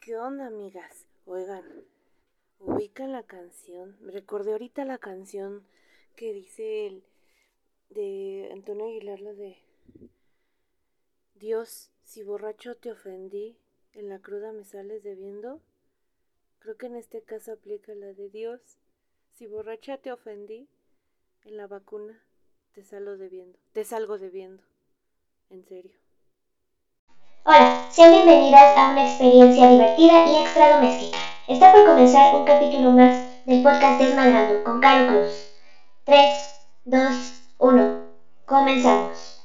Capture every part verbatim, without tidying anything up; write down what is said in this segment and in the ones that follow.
¿Qué onda, amigas? Oigan, ubican la canción. Recordé ahorita la canción que dice el de Antonio Aguilar, la de Dios, si borracho te ofendí, en la cruda me sales debiendo. Creo que en este caso aplica la de Dios, si borracha te ofendí, en la vacuna te salgo debiendo. Te salgo debiendo. En serio. Hola, sean bienvenidas a una experiencia divertida y extra doméstica. Está por comenzar un capítulo más del podcast Desmadrando con Caro Cruz. tres, dos, uno. Comenzamos.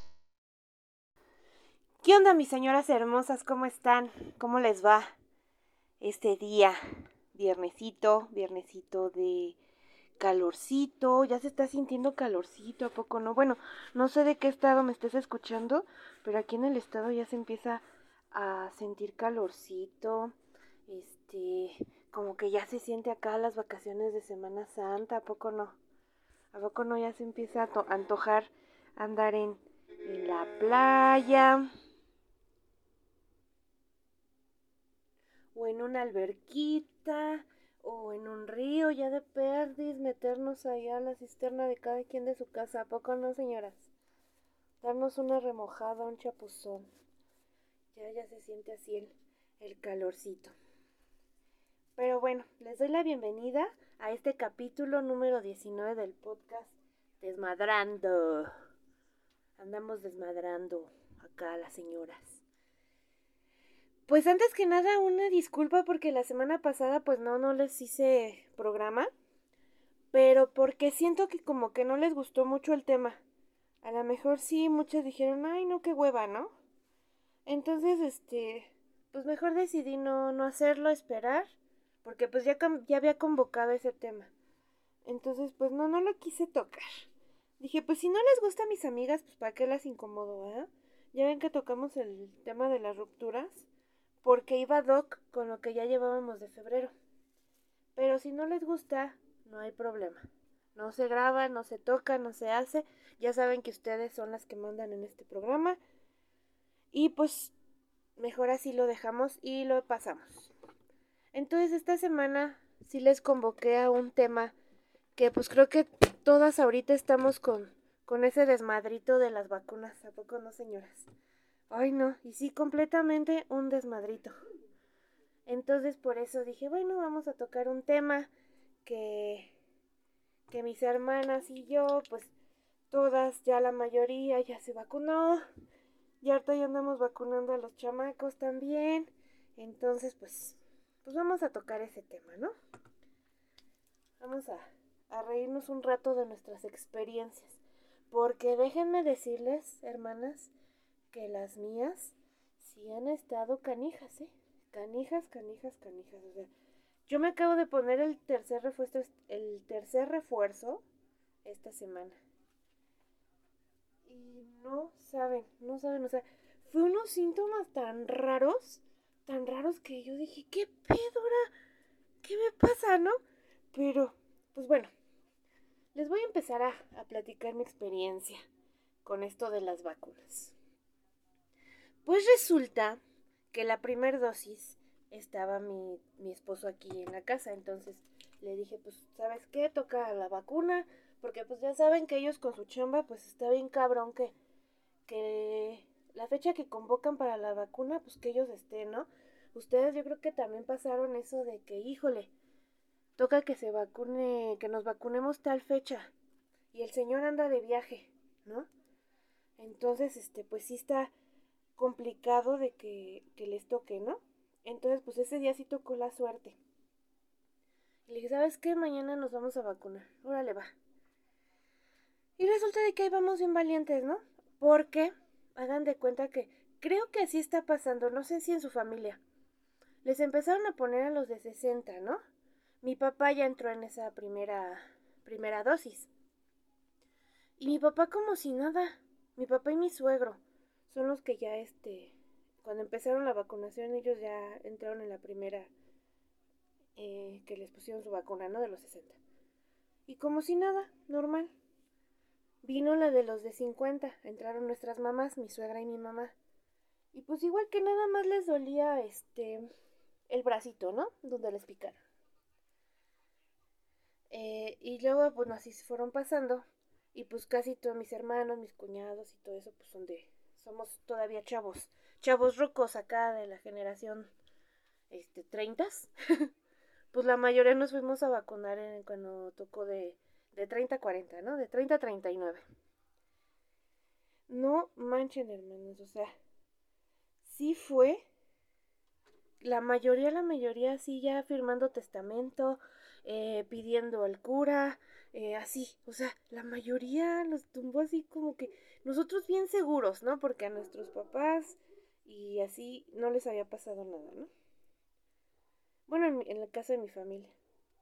¿Qué onda, mis señoras hermosas? ¿Cómo están? ¿Cómo les va este día? Viernesito, viernesito de calorcito, ya se está sintiendo calorcito, ¿a poco no? Bueno, no sé de qué estado me estés escuchando, pero aquí en el estado ya se empieza a sentir calorcito, este, como que ya se siente acá las vacaciones de Semana Santa, ¿a poco no? ¿A poco no ya se empieza a to- antojar andar en, en la playa o en una alberquita o en un río, ya de perdis, meternos allá a la cisterna de cada quien de su casa? ¿A poco no, señoras? Darnos una remojada, un chapuzón. Ya, ya se siente así el, el calorcito. Pero bueno, les doy la bienvenida a este capítulo número diecinueve del podcast Desmadrando. Andamos desmadrando acá las señoras. Pues antes que nada, una disculpa porque la semana pasada pues no, no les hice programa. Pero porque siento que como que no les gustó mucho el tema. A lo mejor sí, muchas dijeron, ay no, qué hueva, ¿no? Entonces, este, pues mejor decidí no, no hacerlo, esperar, porque pues ya, ya había convocado ese tema. Entonces, pues no, no lo quise tocar. Dije, pues si no les gusta a mis amigas, pues para qué las incomodo, ¿eh? Ya ven que tocamos el tema de las rupturas, porque iba doc con lo que ya llevábamos de febrero. Pero si no les gusta, no hay problema. No se graba, no se toca, no se hace. Ya saben que ustedes son las que mandan en este programa. Y pues mejor así lo dejamos y lo pasamos. Entonces esta semana sí les convoqué a un tema que pues creo que todas ahorita estamos con, con ese desmadrito de las vacunas. ¿A poco no, señoras? Ay no, y sí, completamente un desmadrito. Entonces por eso dije, bueno, vamos a tocar un tema que, que mis hermanas y yo, pues todas, ya la mayoría ya se vacunó. Y ahorita ya andamos vacunando a los chamacos también. Entonces, pues, pues vamos a tocar ese tema, ¿no? Vamos a, a reírnos un rato de nuestras experiencias. Porque déjenme decirles, hermanas, que las mías sí han estado canijas, ¿eh? Canijas, canijas, canijas. O sea, yo me acabo de poner el tercer refuerzo, el tercer refuerzo esta semana. Y no saben, no saben, o sea, fue unos síntomas tan raros, tan raros que yo dije, ¿qué pedo ahora? ¿Qué me pasa, no? Pero, pues bueno, les voy a empezar a, a platicar mi experiencia con esto de las vacunas. Pues resulta que la primera dosis estaba mi, mi esposo aquí en la casa, entonces le dije, pues, ¿sabes qué? Toca la vacuna, porque pues ya saben que ellos con su chamba, pues está bien cabrón que, que la fecha que convocan para la vacuna, pues que ellos estén, ¿no? Ustedes yo creo que también pasaron eso de que, híjole, toca que se vacune, que nos vacunemos tal fecha, y el señor anda de viaje, ¿no? Entonces, este, pues sí está complicado de que, que les toque, ¿no? Entonces, pues ese día sí tocó la suerte. Y le dije, ¿sabes qué? Mañana nos vamos a vacunar. Órale, va. Y resulta de que ahí vamos bien valientes, ¿no? Porque, hagan de cuenta que creo que así está pasando, no sé si en su familia. Les empezaron a poner a los de sesenta, ¿no? Mi papá ya entró en esa primera, primera dosis. Y mi papá como si nada. Mi papá y mi suegro son los que ya, este, cuando empezaron la vacunación, ellos ya entraron en la primera eh, que les pusieron su vacuna, ¿no? De los sesenta. Y como si nada, normal. Vino la de los de cincuenta, entraron nuestras mamás, mi suegra y mi mamá. Y pues igual que nada más les dolía, este, el bracito, ¿no? Donde les picaron. Eh, y luego, bueno, así se fueron pasando. Y pues casi todos mis hermanos, mis cuñados y todo eso, pues son de... Somos todavía chavos. Chavos rocos acá de la generación, este, treintas. Pues la mayoría nos fuimos a vacunar en, cuando tocó de, de treinta a cuarenta, ¿no? De treinta a treinta y nueve. No manchen, hermanos, o sea, sí fue, la mayoría, la mayoría, sí ya firmando testamento, eh, pidiendo al cura, eh, así, o sea, la mayoría los tumbó así como que nosotros bien seguros, ¿no? Porque a nuestros papás y así no les había pasado nada, ¿no? Bueno, en, en el caso de mi familia.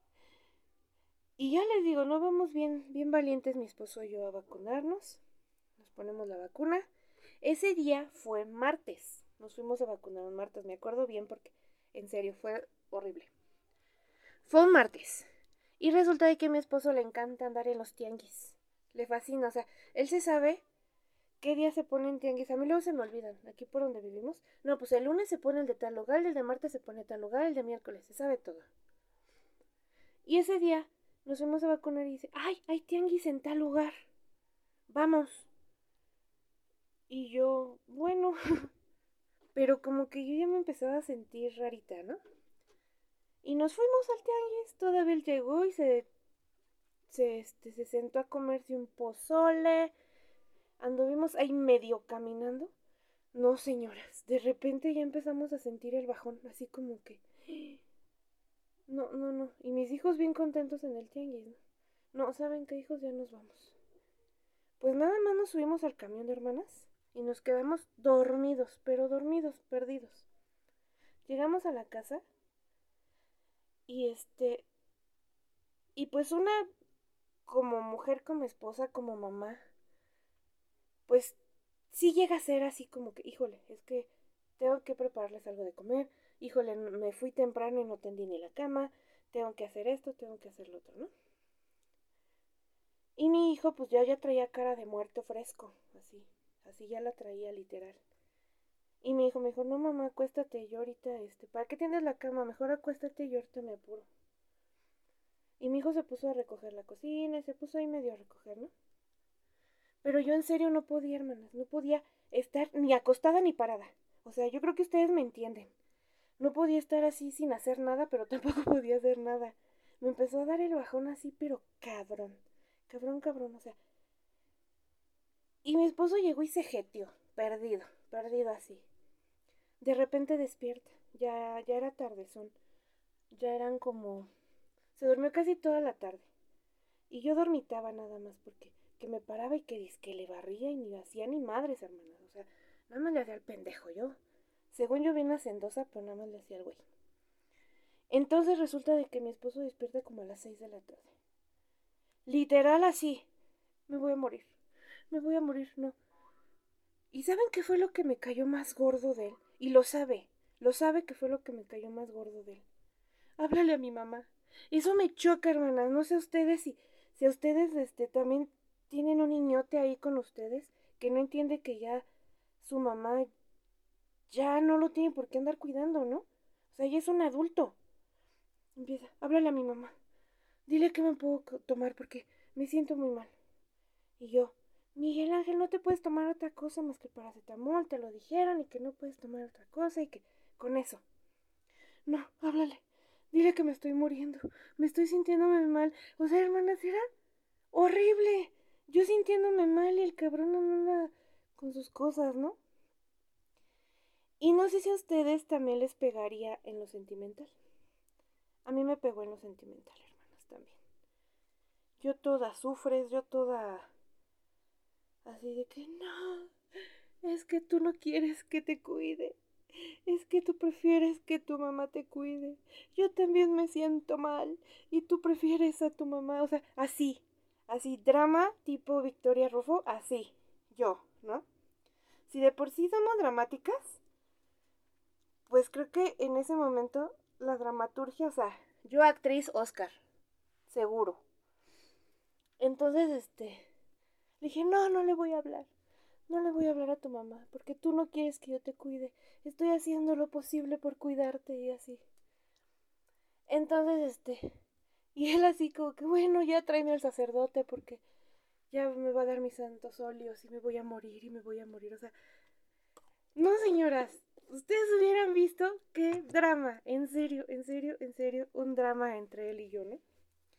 Y ya les digo, no vamos bien, bien valientes mi esposo y yo a vacunarnos. Nos ponemos la vacuna. Ese día fue martes. Nos fuimos a vacunar un martes, me acuerdo bien porque en serio fue horrible. Fue un martes. Y resulta de que a mi esposo le encanta andar en los tianguis. Le fascina, o sea, él se sabe qué día se pone en tianguis. A mí luego se me olvidan, aquí por donde vivimos. No, pues el lunes se pone el de tal lugar, el de martes se pone tal lugar, el de miércoles, se sabe todo. Y ese día nos fuimos a vacunar y dice, ay, hay tianguis en tal lugar. Vamos. Y yo, bueno, pero como que yo ya me empezaba a sentir rarita, ¿no? Y nos fuimos al tianguis, todavía él llegó y se, se, este, se sentó a comerse un pozole. Anduvimos ahí medio caminando. No, señoras, de repente ya empezamos a sentir el bajón, así como que... No, no, no. Y mis hijos bien contentos en el tianguis, ¿no? No, ¿saben qué, hijos? Ya nos vamos. Pues nada más nos subimos al camión de hermanas y nos quedamos dormidos, pero dormidos, perdidos. Llegamos a la casa y este... Y pues una, como mujer, como esposa, como mamá, pues sí llega a ser así como que, híjole, es que tengo que prepararles algo de comer, híjole, me fui temprano y no tendí ni la cama, tengo que hacer esto, tengo que hacer lo otro, ¿no? Y mi hijo pues ya ya traía cara de muerto fresco, así, así ya la traía literal. Y mi hijo me dijo, no mamá, acuéstate, yo ahorita, este, ¿para qué tienes la cama? Mejor acuéstate y yo ahorita me apuro. Y mi hijo se puso a recoger la cocina y se puso ahí medio a recoger, ¿no? Pero yo en serio no podía, hermanas, no podía estar ni acostada ni parada. O sea, yo creo que ustedes me entienden. No podía estar así sin hacer nada, pero tampoco podía hacer nada. Me empezó a dar el bajón así, pero cabrón. Cabrón, cabrón, o sea. Y mi esposo llegó y se jetió, perdido, perdido así. De repente despierta, ya, ya era tardezón. Ya eran como... Se durmió casi toda la tarde. Y yo dormitaba nada más porque que me paraba y que que le barría y ni hacía ni madres, hermanas. O sea, nada más le hacía al pendejo yo. Según yo bien hacendosa, pero nada más le hacía al güey. Entonces resulta de que mi esposo despierta como a las seis de la tarde. Literal así. Me voy a morir. Me voy a morir, no. ¿Y saben qué fue lo que me cayó más gordo de él? Y lo sabe. Lo sabe que fue lo que me cayó más gordo de él. Háblale a mi mamá. Eso me choca, hermanas. No sé ustedes si, si a ustedes este, también tienen un niñote ahí con ustedes que no entiende que ya su mamá ya no lo tiene por qué andar cuidando, ¿no? O sea, ya es un adulto. Empieza, háblale a mi mamá. Dile que me puedo tomar porque me siento muy mal. Y yo, Miguel Ángel, no te puedes tomar otra cosa más que paracetamol, te lo dijeron y que no puedes tomar otra cosa y que con eso. No, háblale. Dile que me estoy muriendo. Me estoy sintiéndome mal. O sea, hermanas, era horrible. Yo sintiéndome mal y el cabrón no anda con sus cosas, ¿no? Y no sé si a ustedes también les pegaría en lo sentimental. A mí me pegó en lo sentimental, hermanas, también. Yo toda sufres, yo toda... Así de que no, es que tú no quieres que te cuide. Es que tú prefieres que tu mamá te cuide. Yo también me siento mal y tú prefieres a tu mamá. O sea, así, así, drama tipo Victoria Rufo, así, yo, ¿no? Si de por sí somos dramáticas, pues creo que en ese momento la dramaturgia, o sea, yo actriz Oscar, seguro. Entonces, este, le dije, no, no le voy a hablar. No le voy a hablar a tu mamá, porque tú no quieres que yo te cuide. Estoy haciendo lo posible por cuidarte y así. Entonces, este, y él así como que, bueno, ya tráeme al sacerdote porque ya me va a dar mis santos óleos y me voy a morir y me voy a morir. O sea, no, señoras, ustedes hubieran visto qué drama, en serio, en serio, en serio, un drama entre él y yo, ¿no?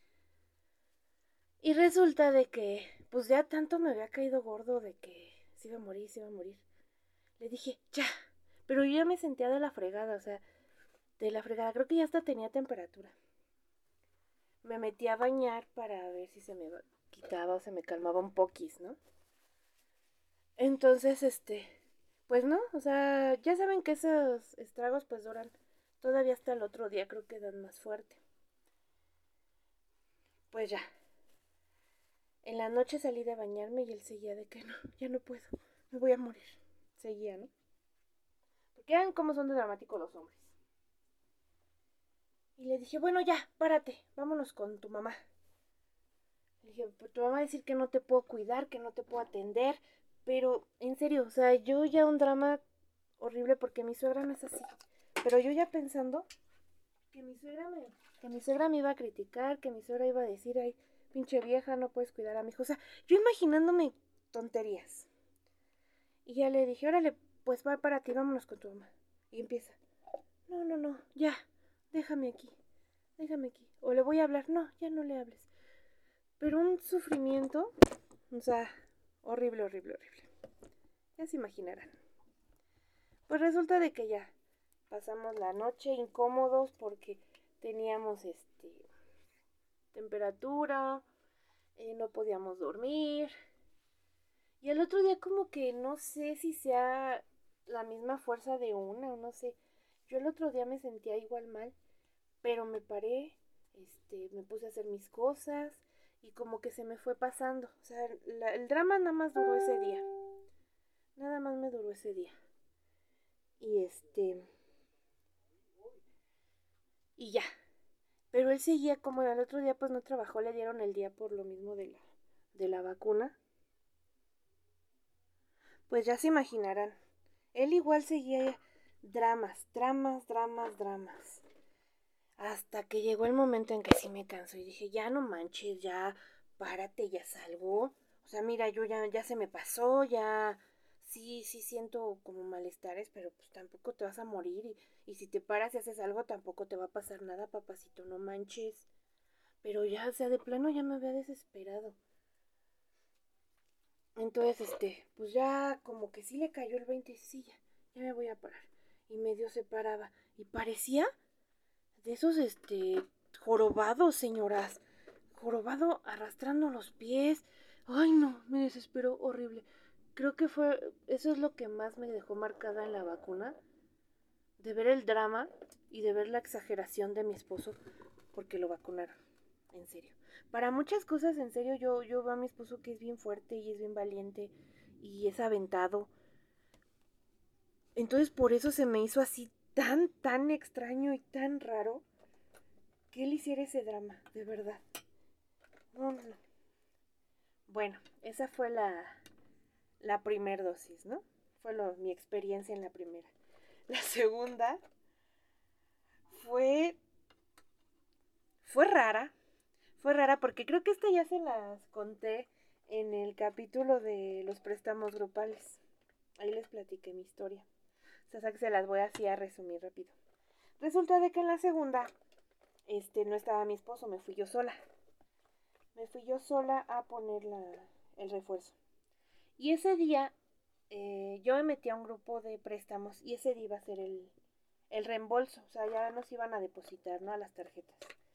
Y resulta de que, pues ya tanto me había caído gordo de que se iba a morir, se iba a morir. Le dije, ya, pero yo ya me sentía de la fregada, o sea, de la fregada, creo que ya hasta tenía temperatura. Me metí a bañar para ver si se me quitaba o se me calmaba un poquis, ¿no? Entonces, este, pues no, o sea, ya saben que esos estragos pues duran todavía hasta el otro día, creo que dan más fuerte. Pues ya, en la noche salí de bañarme y él seguía de que no, ya no puedo, me voy a morir. Seguía, ¿no? Porque vean cómo son de dramáticos los hombres. Y le dije, bueno, ya, párate, vámonos con tu mamá. Le dije, pues tu mamá va a decir que no te puedo cuidar, que no te puedo atender. Pero, en serio, o sea, yo ya un drama horrible porque mi suegra no es así. Pero yo ya pensando que mi suegra me, que mi suegra me iba a criticar, que mi suegra iba a decir, ay, pinche vieja, no puedes cuidar a mi hijo. O sea, yo imaginándome tonterías. Y ya le dije, órale, pues va para ti, vámonos con tu mamá. Y empieza, no, no, no, ya, déjame aquí, déjame aquí. O le voy a hablar, no, ya no le hables. Pero un sufrimiento, o sea, horrible, horrible, horrible. Ya se imaginarán. Pues resulta de que ya pasamos la noche incómodos porque teníamos este temperatura, eh, no podíamos dormir. Y el otro día como que no sé si sea la misma fuerza de una o no sé. Yo el otro día me sentía igual mal, pero me paré, este, me puse a hacer mis cosas y como que se me fue pasando. O sea, la, el drama nada más duró ese día. Nada más me duró ese día. Y este, y ya. Pero él seguía como el otro día pues no trabajó, le dieron el día por lo mismo de la, de la vacuna. Pues ya se imaginarán. Él igual seguía dramas, dramas, dramas, dramas. Hasta que llegó el momento en que sí me cansó y dije, ya no manches, ya párate, ya salgo. O sea, mira, yo ya, ya se me pasó, ya sí, sí siento como malestares, pero pues tampoco te vas a morir. Y, y si te paras y haces algo, tampoco te va a pasar nada, papacito, no manches. Pero ya, o sea, de plano ya me había desesperado. Entonces, este, pues ya como que sí le cayó el veinte y sí, ya, ya me voy a parar. Y medio se paraba. Y parecía de esos, este, jorobados, señoras. Jorobado arrastrando los pies. Ay, no, me desesperó horrible. Creo que fue, eso es lo que más me dejó marcada en la vacuna. De ver el drama y de ver la exageración de mi esposo porque lo vacunaron. En serio. Para muchas cosas, en serio, yo, yo veo a mi esposo que es bien fuerte y es bien valiente y es aventado. Entonces por eso se me hizo así tan, tan extraño y tan raro que él hiciera ese drama, de verdad. No, no, no. Bueno, esa fue la, la primer dosis, ¿no? Fue lo, mi experiencia en la primera. La segunda fue, fue rara, fue rara porque creo que esta ya se las conté en el capítulo de los préstamos grupales. Ahí les platiqué mi historia. O sea, que se las voy así a resumir rápido. Resulta de que en la segunda, este, no estaba mi esposo, me fui yo sola. Me fui yo sola a poner la, el refuerzo. Y ese día, eh, yo me metí a un grupo de préstamos y ese día iba a ser el, el reembolso. O sea, ya nos iban a depositar, ¿no? A las tarjetas.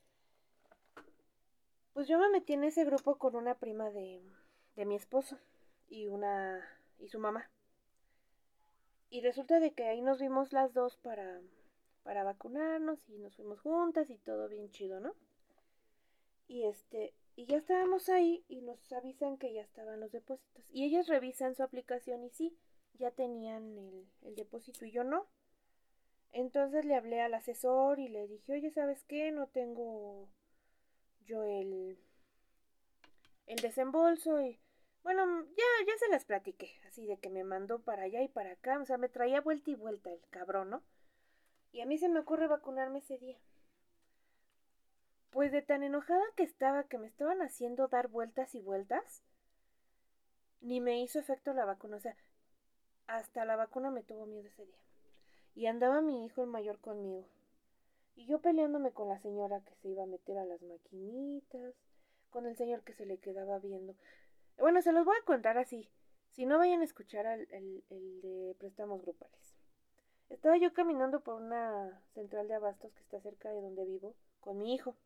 Pues yo me metí en ese grupo con una prima de, de mi esposo y una y su mamá. Y resulta de que ahí nos vimos las dos para, para vacunarnos y nos fuimos juntas y todo bien chido, ¿no? Y este, y ya estábamos ahí y nos avisan que ya estaban los depósitos. Y ellas revisan su aplicación y sí, ya tenían el, el depósito y yo no. Entonces le hablé al asesor y le dije, oye, ¿sabes qué? No tengo yo el, el desembolso y bueno, ya, ya se las platiqué, así de que me mandó para allá y para acá, o sea, me traía vuelta y vuelta el cabrón, ¿no? Y a mí se me ocurre vacunarme ese día. Pues de tan enojada que estaba, que me estaban haciendo dar vueltas y vueltas, ni me hizo efecto la vacuna. O sea, hasta la vacuna me tuvo miedo ese día. Y andaba mi hijo el mayor conmigo. Y yo peleándome con la señora que se iba a meter a las maquinitas, con el señor que se le quedaba viendo. Bueno, se los voy a contar así. Si no, vayan a escuchar al, el, el de préstamos grupales. Estaba yo caminando por una central de abastos que está cerca de donde vivo con mi hijo.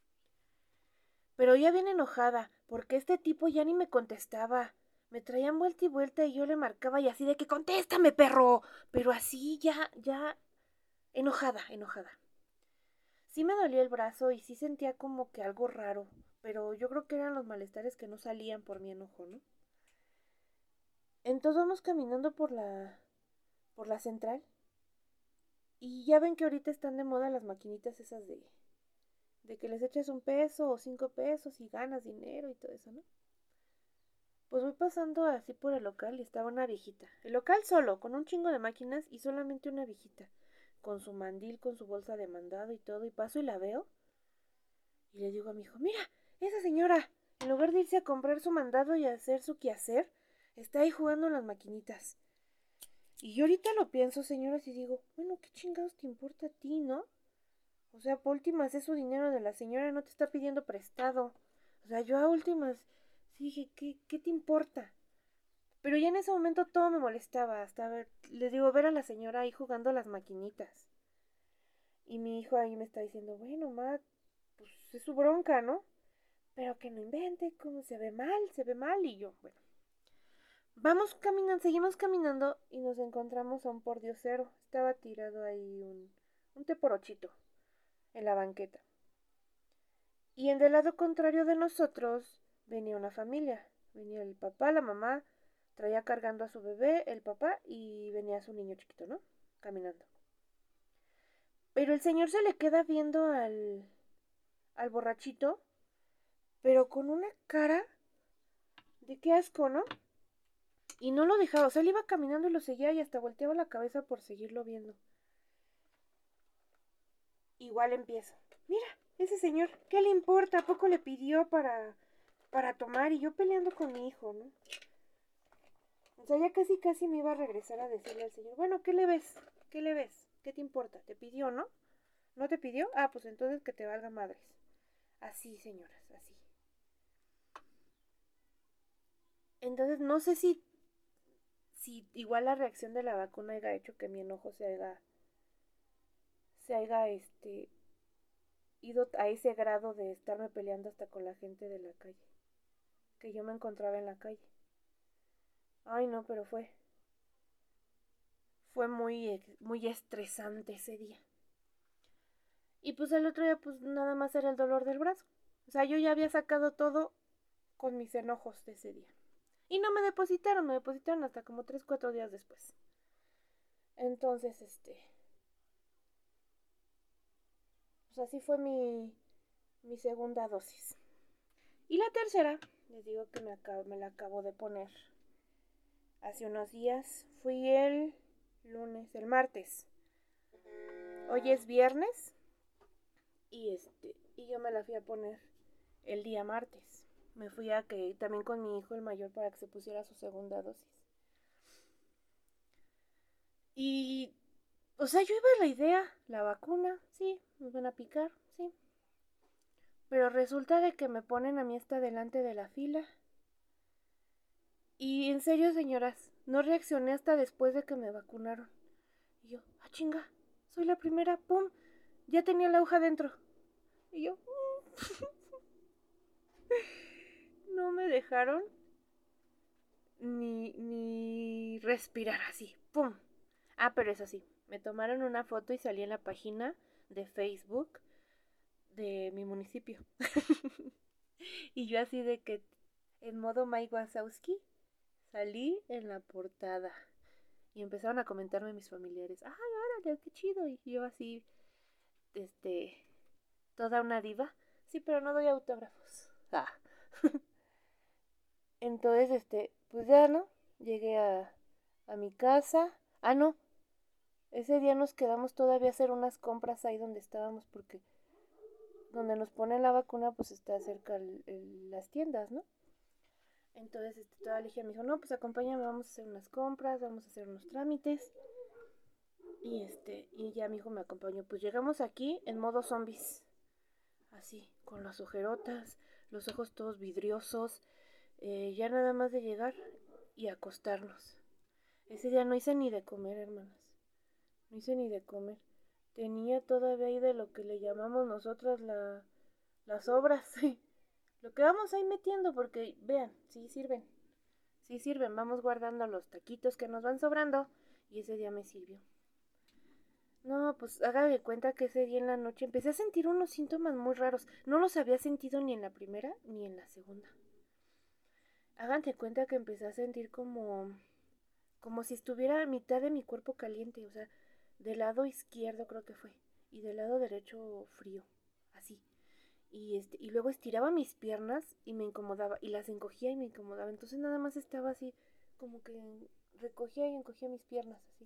Pero ya bien enojada, porque este tipo ya ni me contestaba. Me traían vuelta y vuelta y yo le marcaba y así de que contéstame, perro. Pero así ya, ya, enojada, enojada. Sí me dolía el brazo y sí sentía como que algo raro, pero yo creo que eran los malestares que no salían por mi enojo, ¿no? Entonces vamos caminando por la, por la central y ya ven que ahorita están de moda las maquinitas esas de, de que les echas un peso o cinco pesos y ganas dinero y todo eso, ¿no? Pues voy pasando así por el local y estaba una viejita. El local solo, con un chingo de máquinas y solamente una viejita. Con su mandil, con su bolsa de mandado y todo. Y paso y la veo. Y le digo a mi hijo, mira, esa señora, en lugar de irse a comprar su mandado y a hacer su quehacer, está ahí jugando en las maquinitas. Y yo ahorita lo pienso, señoras, y digo, bueno, ¿qué chingados te importa a ti, no? O sea, por últimas es su dinero de la señora, no te está pidiendo prestado. O sea, yo a últimas sí dije, ¿qué, qué te importa? Pero ya en ese momento todo me molestaba, hasta ver, les digo, ver a la señora ahí jugando a las maquinitas. Y mi hijo ahí me está diciendo, bueno, ma, pues es su bronca, ¿no? Pero que no invente, como se ve mal, se ve mal. Y yo, bueno, vamos caminando, seguimos caminando y nos encontramos a un pordiosero. Estaba tirado ahí un, un teporochito en la banqueta. Y en el lado contrario de nosotros venía una familia. Venía el papá, la mamá, traía cargando a su bebé, el papá, y venía su niño chiquito, ¿no? Caminando. Pero el señor se le queda viendo al, al borrachito, pero con una cara de qué asco, ¿no? Y no lo dejaba, o sea, él iba caminando y lo seguía y hasta volteaba la cabeza por seguirlo viendo. Igual empiezo. Mira, ese señor, ¿qué le importa? ¿A poco le pidió para, para tomar? Y yo peleando con mi hijo, ¿no? O sea, ya casi casi me iba a regresar a decirle al señor, bueno, ¿qué le ves? ¿Qué le ves? ¿Qué te importa? ¿Te pidió, no? ¿No te pidió? Ah, pues entonces que te valga madres. Así, señoras, así. Entonces no sé si, si igual la reacción de la vacuna haya hecho que mi enojo se haya, se haya, este, ido a ese grado de estarme peleando hasta con la gente de la calle. Que yo me encontraba en la calle. Ay, no, pero fue, fue muy, muy estresante ese día. Y pues el otro día pues nada más era el dolor del brazo. O sea, yo ya había sacado todo con mis enojos de ese día. Y no me depositaron, me depositaron hasta como tres cuatro días después. Entonces, este... pues así fue mi, mi segunda dosis. Y la tercera, les digo que me, acabo, me la acabo de poner hace unos días. Fui el lunes, el martes. Hoy es viernes. Y este, y yo me la fui a poner el día martes. Me fui a que también con mi hijo el mayor para que se pusiera su segunda dosis. Y, o sea, yo iba a la idea, la vacuna, sí, me van a picar, sí. Pero resulta de que me ponen a mí hasta delante de la fila. Y en serio, señoras, no reaccioné hasta después de que me vacunaron. Y yo, ah, chinga, soy la primera, pum, ya tenía la aguja dentro. Y yo, no me dejaron ni, ni respirar así, pum. Ah, pero es así, me tomaron una foto y salí en la página de Facebook de mi municipio. Y yo así de que, en modo Mike Wazowski, salí en la portada. Y empezaron a comentarme mis familiares, ay, órale, qué chido. Y yo así, este, toda una diva. Sí, pero no doy autógrafos. Ah. Entonces, este, pues ya, ¿no? Llegué a, a mi casa. Ah, no. Ese día nos quedamos todavía a hacer unas compras ahí donde estábamos porque donde nos ponen la vacuna, pues está cerca el, el, las tiendas, ¿no? Entonces, este, toda le dije a mi hijo, no, pues acompáñame, vamos a hacer unas compras, vamos a hacer unos trámites. Y este, y ya mi hijo me acompañó. Pues llegamos aquí en modo zombies. Así, con las ojerotas, los ojos todos vidriosos. Eh, ya nada más de llegar y acostarnos. Ese día no hice ni de comer, hermanas. No hice ni de comer. Tenía todavía ahí de lo que le llamamos nosotras la, las obras. Lo que vamos ahí metiendo, porque vean, sí sirven. Sí sirven. Vamos guardando los taquitos que nos van sobrando. Y ese día me sirvió. No, pues haga de cuenta que ese día en la noche empecé a sentir unos síntomas muy raros. No los había sentido ni en la primera ni en la segunda. Hagan de cuenta que empecé a sentir como, como si estuviera a mitad de mi cuerpo caliente, o sea, del lado izquierdo creo que fue, y del lado derecho frío, así. Y este, y luego estiraba mis piernas y me incomodaba, y las encogía y me incomodaba. Entonces nada más estaba así, como que recogía y encogía mis piernas así.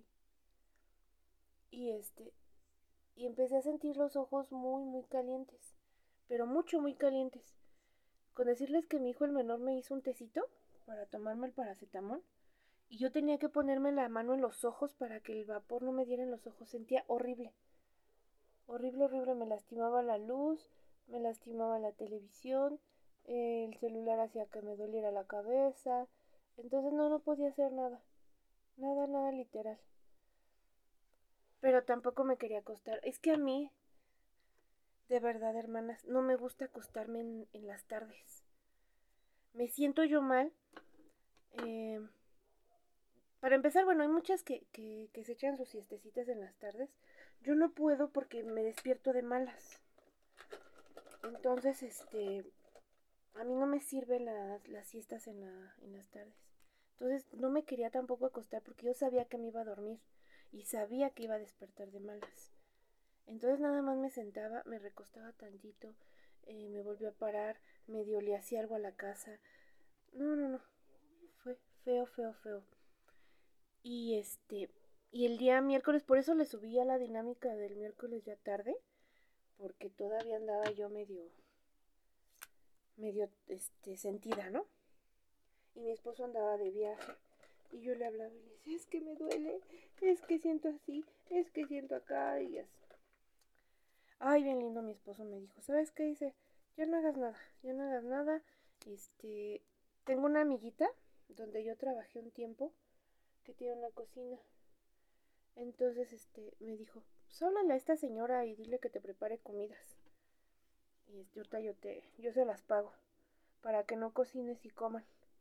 Y este, y empecé a sentir los ojos muy, muy calientes, pero mucho, muy calientes. Con decirles que mi hijo el menor me hizo un tecito para tomarme el paracetamol y yo tenía que ponerme la mano en los ojos para que el vapor no me diera en los ojos. Sentía horrible, horrible, horrible. Me lastimaba la luz, me lastimaba la televisión, eh, el celular hacía que me doliera la cabeza. Entonces no, no podía hacer nada, nada, nada literal. Pero tampoco me quería acostar. Es que a mí, de verdad, hermanas, no me gusta acostarme en, en las tardes. Me siento yo mal. Eh, para empezar, bueno, hay muchas que, que, que se echan sus siestecitas en las tardes. Yo no puedo porque me despierto de malas. Entonces, este, a mí no me sirven las, las siestas en, la, en las tardes. Entonces, no me quería tampoco acostar porque yo sabía que me iba a dormir y sabía que iba a despertar de malas. Entonces nada más me sentaba, me recostaba tantito, eh, me volvió a parar, medio le hacía algo a la casa. No, no, no. Fue feo, feo, feo. Y este, y el día miércoles, por eso le subí a la dinámica del miércoles ya tarde, porque todavía andaba yo medio, medio, este, sentida, ¿no? Y mi esposo andaba de viaje. Y yo le hablaba y le decía, es que me duele, es que siento así, es que siento acá y así. Ay, bien lindo mi esposo me dijo, ¿sabes qué? Dice, ya no hagas nada, ya no hagas nada. Este, tengo una amiguita donde yo trabajé un tiempo que tiene una cocina. Entonces, este, me dijo, pues háblale a esta señora y dile que te prepare comidas. Y este, ahorita yo te, yo se las pago para que no cocines y coman.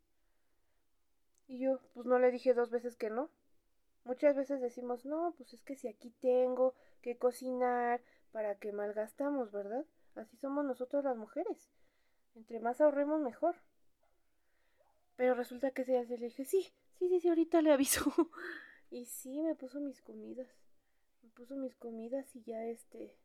Y yo, pues no le dije dos veces que no. Muchas veces decimos, no, pues es que si aquí tengo que cocinar, para que malgastamos, ¿verdad? Así somos nosotros las mujeres. Entre más ahorremos, mejor. Pero resulta que se hace, le dije, sí, sí, sí, sí, ahorita le aviso. Y sí, me puso mis comidas. Me puso mis comidas y ya este...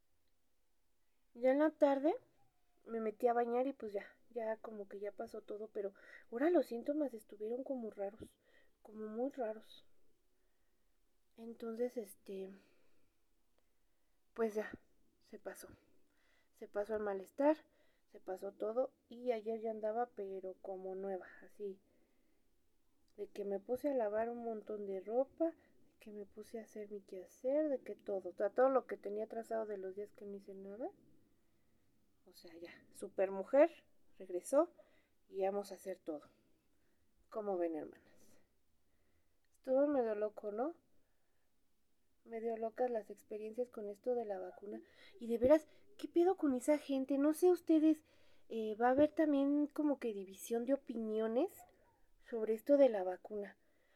Ya en la tarde me metí a bañar y pues ya, ya como que ya pasó todo, pero ahora los síntomas estuvieron como raros, como muy raros. Entonces, este, pues ya, se pasó. Se pasó el malestar, se pasó todo y ayer ya andaba pero como nueva, así. De que me puse a lavar un montón de ropa, de que me puse a hacer mi quehacer, de que todo, o sea, todo lo que tenía trazado de los días que no hice nada. O sea, ya, super mujer, regresó y vamos a hacer todo. ¿Cómo ven, hermanas? Estuvo medio loco, ¿no? Medio locas las experiencias con esto de la vacuna. Y de veras, ¿qué pedo con esa gente? No sé ustedes, eh, va a haber también como que división de opiniones sobre esto de la vacuna.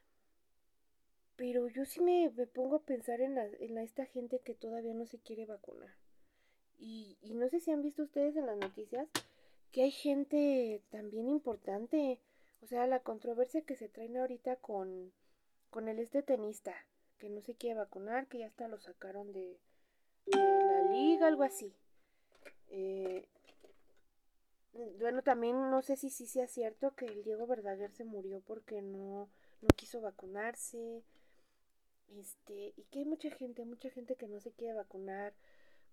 Pero yo sí me, me pongo a pensar en, la, en la, esta gente que todavía no se quiere vacunar. Y, y no sé si han visto ustedes en las noticias que hay gente también importante. O sea, la controversia que se traen ahorita con, con el este tenista, que no se quiere vacunar, que ya hasta lo sacaron de, de la liga, algo así. Eh, bueno, también no sé si sí sea cierto que el Diego Verdaguer se murió porque no, no quiso vacunarse. Este, y que hay mucha gente, mucha gente que no se quiere vacunar,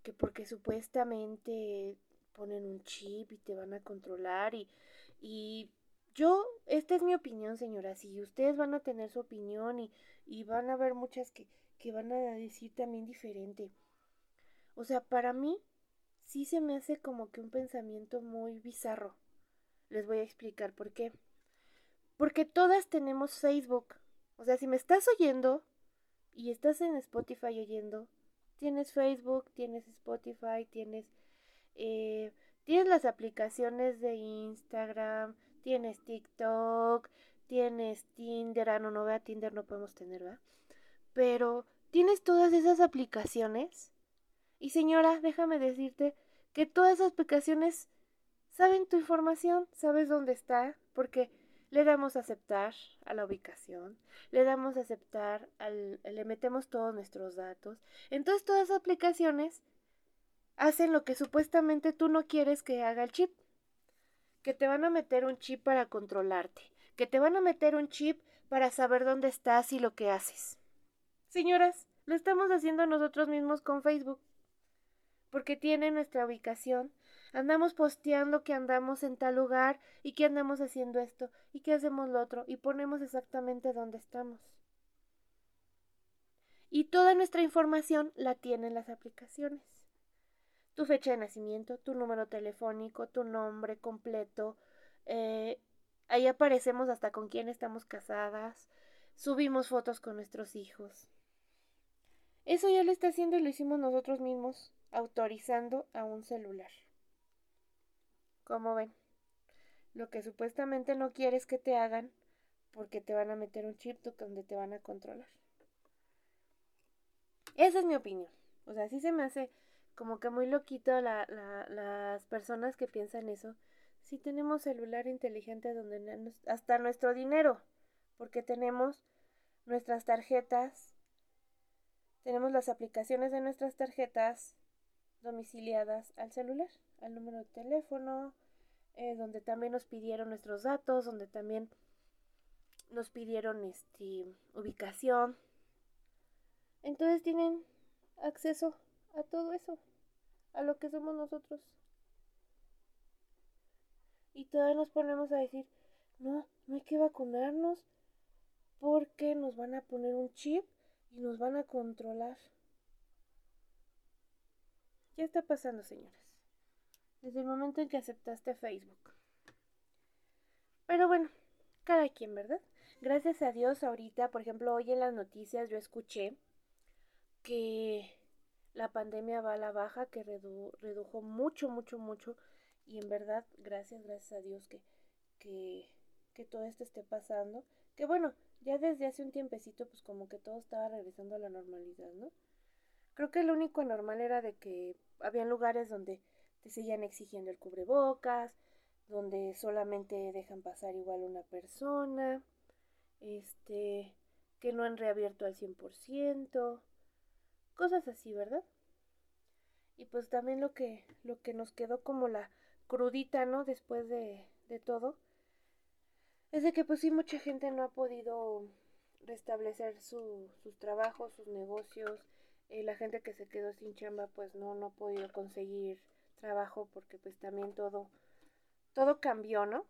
que porque supuestamente ponen un chip y te van a controlar y, y yo, esta es mi opinión, señora, si ustedes van a tener su opinión y, y van a haber muchas que, que van a decir también diferente. O sea, para mí sí se me hace como que un pensamiento muy bizarro. Les voy a explicar por qué. Porque todas tenemos Facebook. O sea, si me estás oyendo y estás en Spotify oyendo, tienes Facebook, tienes Spotify, tienes, eh, tienes las aplicaciones de Instagram, tienes TikTok, tienes Tinder. Ah, no, no, vea, Tinder no podemos tener, ¿verdad? Pero tienes todas esas aplicaciones. Y señora, déjame decirte que todas esas aplicaciones saben tu información, sabes dónde está, porque le damos a aceptar a la ubicación, le damos a aceptar, al, le metemos todos nuestros datos. Entonces todas esas aplicaciones hacen lo que supuestamente tú no quieres que haga el chip, que te van a meter un chip para controlarte, que te van a meter un chip para saber dónde estás y lo que haces. Señoras, lo estamos haciendo nosotros mismos con Facebook, porque tiene nuestra ubicación. Andamos posteando que andamos en tal lugar y que andamos haciendo esto y que hacemos lo otro y ponemos exactamente dónde estamos. Y toda nuestra información la tienen las aplicaciones. Tu fecha de nacimiento, tu número telefónico, tu nombre completo. Eh, ahí aparecemos hasta con quién estamos casadas. Subimos fotos con nuestros hijos. Eso ya lo está haciendo y lo hicimos nosotros mismos, autorizando a un celular. ¿Cómo ven? Lo que supuestamente no quieres que te hagan porque te van a meter un chip donde te van a controlar. Esa es mi opinión. O sea, sí se me hace como que muy loquito la, la, las personas que piensan eso. Si tenemos celular inteligente donde hasta nuestro dinero, porque tenemos nuestras tarjetas, tenemos las aplicaciones de nuestras tarjetas domiciliadas al celular, al número de teléfono, eh, donde también nos pidieron nuestros datos, donde también nos pidieron este, ubicación. Entonces tienen acceso a todo eso, a lo que somos nosotros. Y todavía nos ponemos a decir, no, no hay que vacunarnos porque nos van a poner un chip y nos van a controlar. ¿Qué está pasando, señoras? Desde el momento en que aceptaste Facebook. Pero bueno, cada quien, ¿verdad? Gracias a Dios ahorita, por ejemplo, hoy en las noticias yo escuché que la pandemia va a la baja, que redu redujo mucho, mucho, mucho. Y en verdad, gracias, gracias a Dios que, que, que todo esto esté pasando. Que bueno, ya desde hace un tiempecito, pues como que todo estaba regresando a la normalidad, ¿no? Creo que lo único anormal era de que habían lugares donde te seguían exigiendo el cubrebocas, donde solamente dejan pasar igual una persona, este, que no han reabierto al cien por ciento, cosas así, ¿verdad? Y pues también lo que, lo que nos quedó como la crudita, ¿no? Después de, de todo, es de que pues sí, mucha gente no ha podido restablecer su, sus trabajos, sus negocios. Eh, la gente que se quedó sin chamba pues no, no ha podido conseguir trabajo porque pues también todo, todo cambió, ¿no?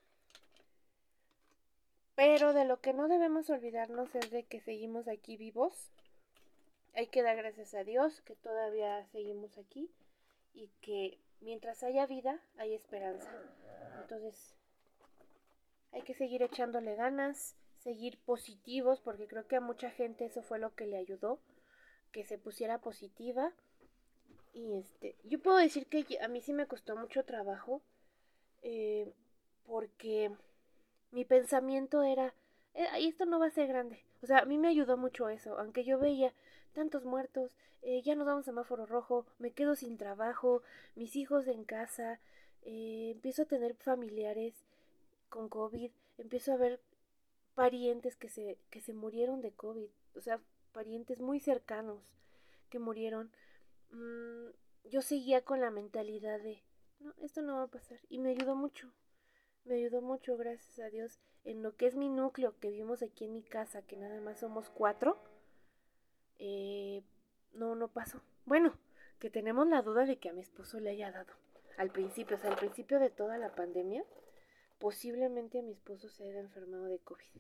Pero de lo que no debemos olvidarnos es de que seguimos aquí vivos. Hay que dar gracias a Dios que todavía seguimos aquí y que mientras haya vida hay esperanza. Entonces hay que seguir echándole ganas, seguir positivos, porque creo que a mucha gente eso fue lo que le ayudó, que se pusiera positiva. Y este, yo puedo decir que a mí sí me costó mucho trabajo, eh, porque mi pensamiento era, eh, esto no va a ser grande. O sea, a mí me ayudó mucho eso, aunque yo veía tantos muertos, eh, ya nos damos semáforo rojo, me quedo sin trabajo, mis hijos en casa, eh, empiezo a tener familiares con COVID, empiezo a ver parientes que se, que se murieron de COVID, o sea, parientes muy cercanos que murieron. Mm, yo seguía con la mentalidad de, no, esto no va a pasar, y me ayudó mucho. Me ayudó mucho, gracias a Dios, en lo que es mi núcleo que vivimos aquí en mi casa, que nada más somos cuatro. Eh, no, no pasó. Bueno, que tenemos la duda de que a mi esposo le haya dado. Al principio, o sea, al principio de toda la pandemia, posiblemente a mi esposo se haya enfermado de COVID.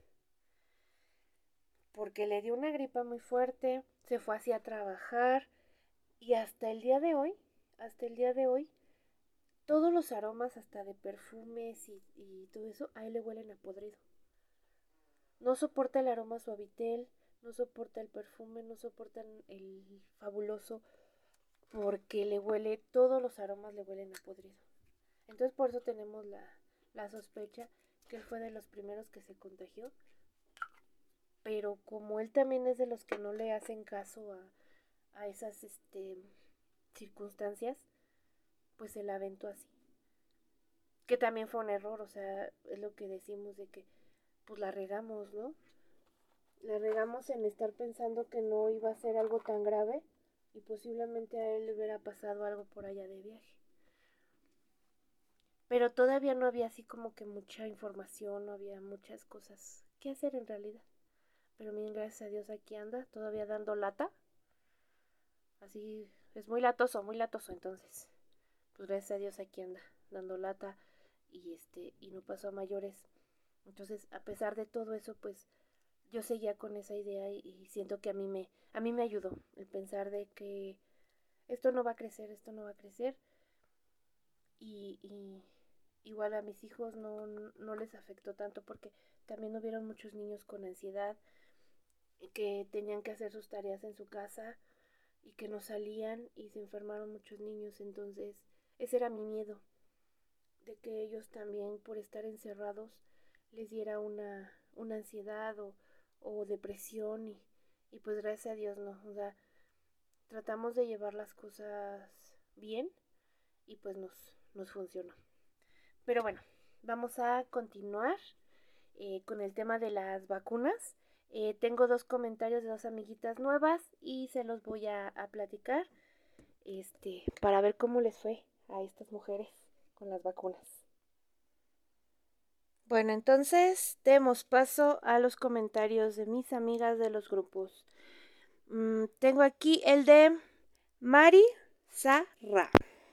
Porque le dio una gripa muy fuerte, se fue así a trabajar y hasta el día de hoy, hasta el día de hoy, todos los aromas hasta de perfumes y, y todo eso, a él le huelen a podrido. No soporta el aroma suavitel, no soporta el perfume, no soporta el fabuloso, porque le huele, todos los aromas le huelen a podrido. Entonces por eso tenemos la, la sospecha que él fue de los primeros que se contagió. Pero como él también es de los que no le hacen caso a, a esas este, circunstancias, pues se la aventó así. Que también fue un error, o sea, es lo que decimos de que pues la regamos, ¿no? La regamos en estar pensando que no iba a ser algo tan grave y posiblemente a él le hubiera pasado algo por allá de viaje. Pero todavía no había así como que mucha información, no había muchas cosas que hacer en realidad. Pero miren, gracias a Dios aquí anda, todavía dando lata. Así, es muy latoso, muy latoso, entonces. Pues gracias a Dios aquí anda, dando lata y este, y no pasó a mayores. Entonces, a pesar de todo eso, pues, yo seguía con esa idea y, y siento que a mí me, a mí me ayudó el pensar de que esto no va a crecer, esto no va a crecer. Y, y igual a mis hijos no, no les afectó tanto porque también hubieron muchos niños con ansiedad que tenían que hacer sus tareas en su casa y que no salían y se enfermaron muchos niños. Entonces ese era mi miedo, de que ellos también por estar encerrados les diera una, una ansiedad o, o depresión y, y pues gracias a Dios no, o sea, tratamos de llevar las cosas bien y pues nos, nos funcionó. Pero bueno, vamos a continuar eh, con el tema de las vacunas. Eh, tengo dos comentarios de dos amiguitas nuevas y se los voy a, a platicar este, para ver cómo les fue a estas mujeres con las vacunas. Bueno, entonces demos paso a los comentarios de mis amigas de los grupos. Mm, tengo aquí el de Mari Sarra.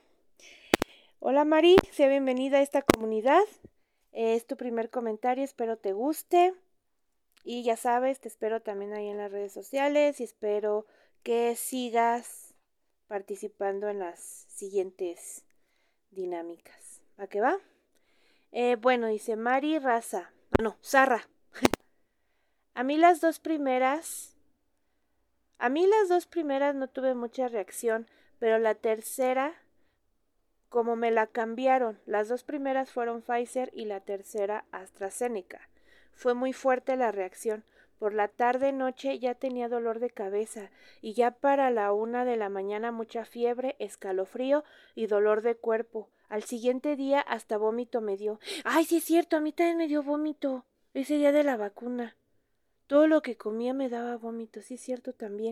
Hola Mari, sea bienvenida a esta comunidad. Es tu primer comentario, espero te guste. Y ya sabes, te espero también ahí en las redes sociales y espero que sigas participando en las siguientes dinámicas. ¿A qué va? Eh, bueno, dice Mari Raza. Ah, no, Sarra. A mí las dos primeras... A mí las dos primeras no tuve mucha reacción, pero la tercera, como me la cambiaron, las dos primeras fueron Pfizer y la tercera AstraZeneca. Fue muy fuerte la reacción. Por la tarde noche ya tenía dolor de cabeza y ya para la una de la mañana mucha fiebre, escalofrío y dolor de cuerpo. Al siguiente día hasta vómito me dio. ¡Ay, sí es cierto! A mí también me dio vómito ese día de la vacuna. Todo lo que comía me daba vómito, sí es cierto también.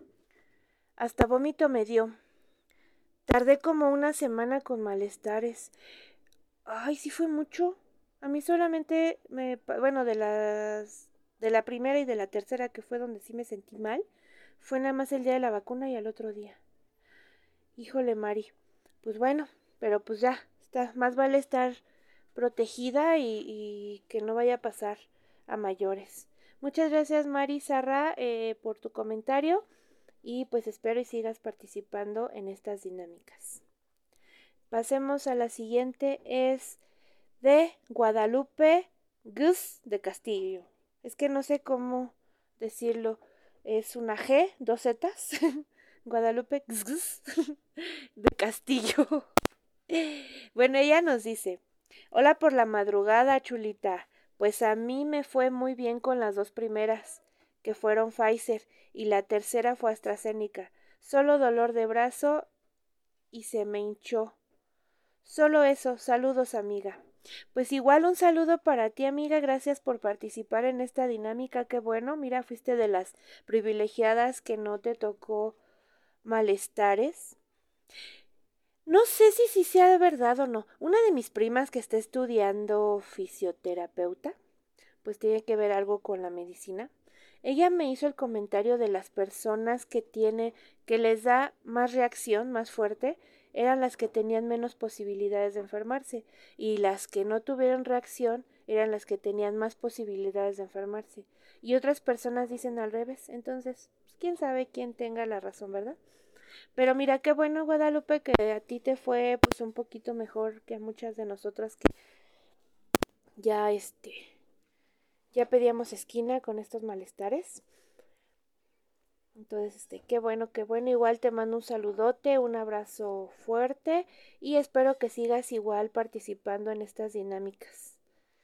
Hasta vómito me dio. Tardé como una semana con malestares. Ay, sí fue mucho. A mí solamente me, bueno, de las de la primera y de la tercera, que fue donde sí me sentí mal, fue nada más el día de la vacuna y al otro día. Híjole, Mari. Pues bueno, pero pues ya, está, más vale estar protegida y, y que no vaya a pasar a mayores. Muchas gracias, Mari Sarra, eh, por tu comentario y pues espero y sigas participando en estas dinámicas. Pasemos a la siguiente, es de Guadalupe Gus de Castillo. Es que no sé cómo decirlo. Es una G, dos Zetas. Guadalupe Gus de Castillo. Bueno, ella nos dice: hola por la madrugada, chulita. Pues a mí me fue muy bien con las dos primeras, que fueron Pfizer, y la tercera fue AstraZeneca. Solo dolor de brazo y se me hinchó. Solo eso, saludos amiga. Pues igual un saludo para ti amiga, gracias por participar en esta dinámica, qué bueno, mira, fuiste de las privilegiadas que no te tocó malestares. No sé si, si sea verdad o no, una de mis primas que está estudiando fisioterapeuta, pues tiene que ver algo con la medicina, ella me hizo el comentario de las personas que tiene, que les da más reacción, más fuerte, eran las que tenían menos posibilidades de enfermarse, y las que no tuvieron reacción eran las que tenían más posibilidades de enfermarse. Y otras personas dicen al revés. Entonces, pues, quién sabe quién tenga la razón, ¿verdad? Pero mira qué bueno, Guadalupe, que a ti te fue pues un poquito mejor que a muchas de nosotras que ya este ya pedíamos esquina con estos malestares. Entonces, este, qué bueno, qué bueno. Igual te mando un saludote, un abrazo fuerte y espero que sigas igual participando en estas dinámicas.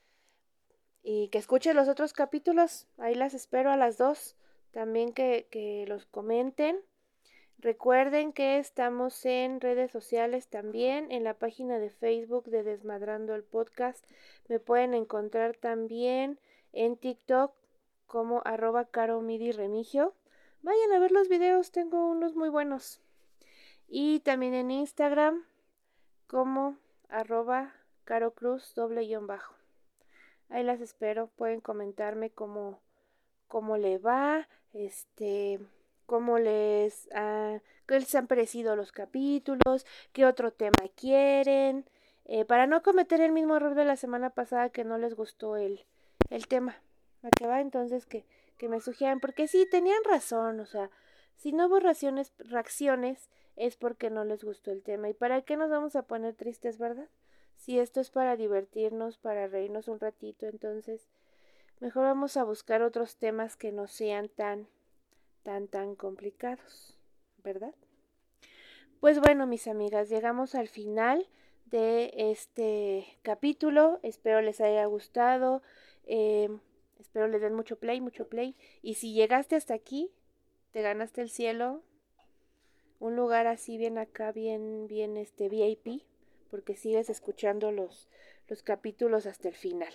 Y que escuches los otros capítulos, ahí las espero a las dos. También que, que los comenten. Recuerden que estamos en redes sociales también, en la página de Facebook de Desmadrando el Podcast. Me pueden encontrar también en TikTok como arroba caromidi-remigio. Vayan a ver los videos, tengo unos muy buenos. Y también en Instagram como arroba carocruz doble guión bajo. Ahí las espero, pueden comentarme cómo, cómo le va, este, cómo les, uh, qué les han parecido los capítulos, qué otro tema quieren, eh, para no cometer el mismo error de la semana pasada que no les gustó el, el tema. ¿A qué va? Entonces que, que me sugieran, porque sí, tenían razón, o sea, si no hubo reacciones, reacciones es porque no les gustó el tema. ¿Y para qué nos vamos a poner tristes, verdad? Si esto es para divertirnos, para reírnos un ratito, entonces mejor vamos a buscar otros temas que no sean tan, tan, tan complicados, ¿verdad? Pues bueno, mis amigas, llegamos al final de este capítulo. Espero les haya gustado. Eh, espero les den mucho play, mucho play. Y si llegaste hasta aquí, te ganaste el cielo. Un lugar así bien acá, bien, bien este V I P, porque sigues escuchando los, los capítulos hasta el final.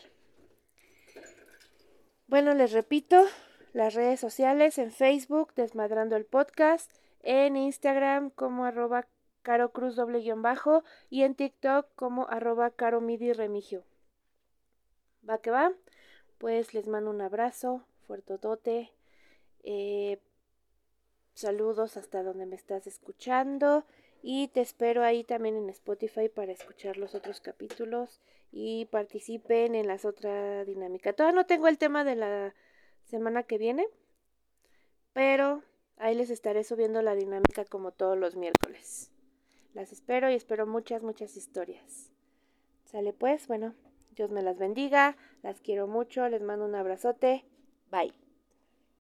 Bueno, les repito, las redes sociales en Facebook, Desmadrando el Podcast, en Instagram como arroba carocruz doble guión bajo y en TikTok como arroba caromidi-remigio. ¿Va que va? Pues les mando un abrazo, fuertotote, eh, saludos hasta donde me estás escuchando y te espero ahí también en Spotify para escuchar los otros capítulos y participen en las otras dinámicas. Todavía no tengo el tema de la semana que viene, pero ahí les estaré subiendo la dinámica como todos los miércoles. Las espero y espero muchas, muchas historias. ¿Sale pues? Bueno, Dios me las bendiga, las quiero mucho, les mando un abrazote, bye.